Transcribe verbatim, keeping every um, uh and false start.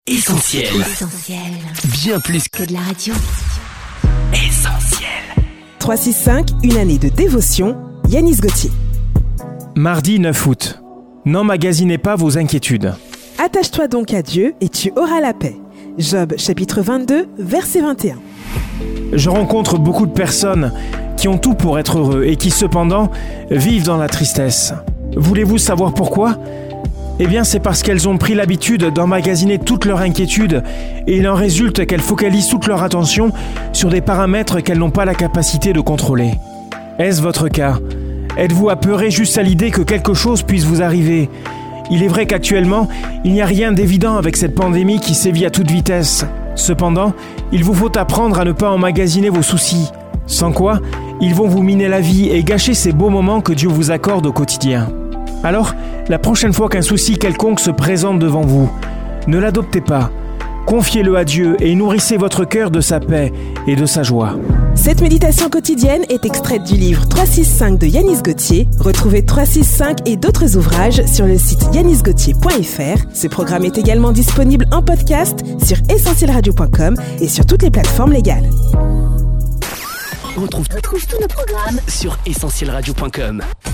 Essentiel. Essentiel. Bien plus que de la radio. Essentiel. trois six cinq, une année de dévotion. Yanis Gauthier. Mardi neuf août. N'emmagasinez pas vos inquiétudes. Attache-toi donc à Dieu et tu auras la paix. Job chapitre vingt-deux, verset vingt et un. Je rencontre beaucoup de personnes qui ont tout pour être heureux et qui cependant vivent dans la tristesse. Voulez-vous savoir pourquoi ? Eh bien, c'est parce qu'elles ont pris l'habitude d'emmagasiner toutes leurs inquiétudes et il en résulte qu'elles focalisent toute leur attention sur des paramètres qu'elles n'ont pas la capacité de contrôler. Est-ce votre cas ? Êtes-vous apeuré juste à l'idée que quelque chose puisse vous arriver ? Il est vrai qu'actuellement, il n'y a rien d'évident avec cette pandémie qui sévit à toute vitesse. Cependant, il vous faut apprendre à ne pas emmagasiner vos soucis. Sans quoi, ils vont vous miner la vie et gâcher ces beaux moments que Dieu vous accorde au quotidien. Alors, la prochaine fois qu'un souci quelconque se présente devant vous, ne l'adoptez pas. Confiez-le à Dieu et nourrissez votre cœur de sa paix et de sa joie. Cette méditation quotidienne est extraite du livre trois six cinq de Yanis Gauthier. Retrouvez trois six cinq et d'autres ouvrages sur le site yanis gauthier point f r. Ce programme est également disponible en podcast sur essentiel radio point com et sur toutes les plateformes légales. On retrouve, Retrouve tous nos programmes sur essentiel radio point com.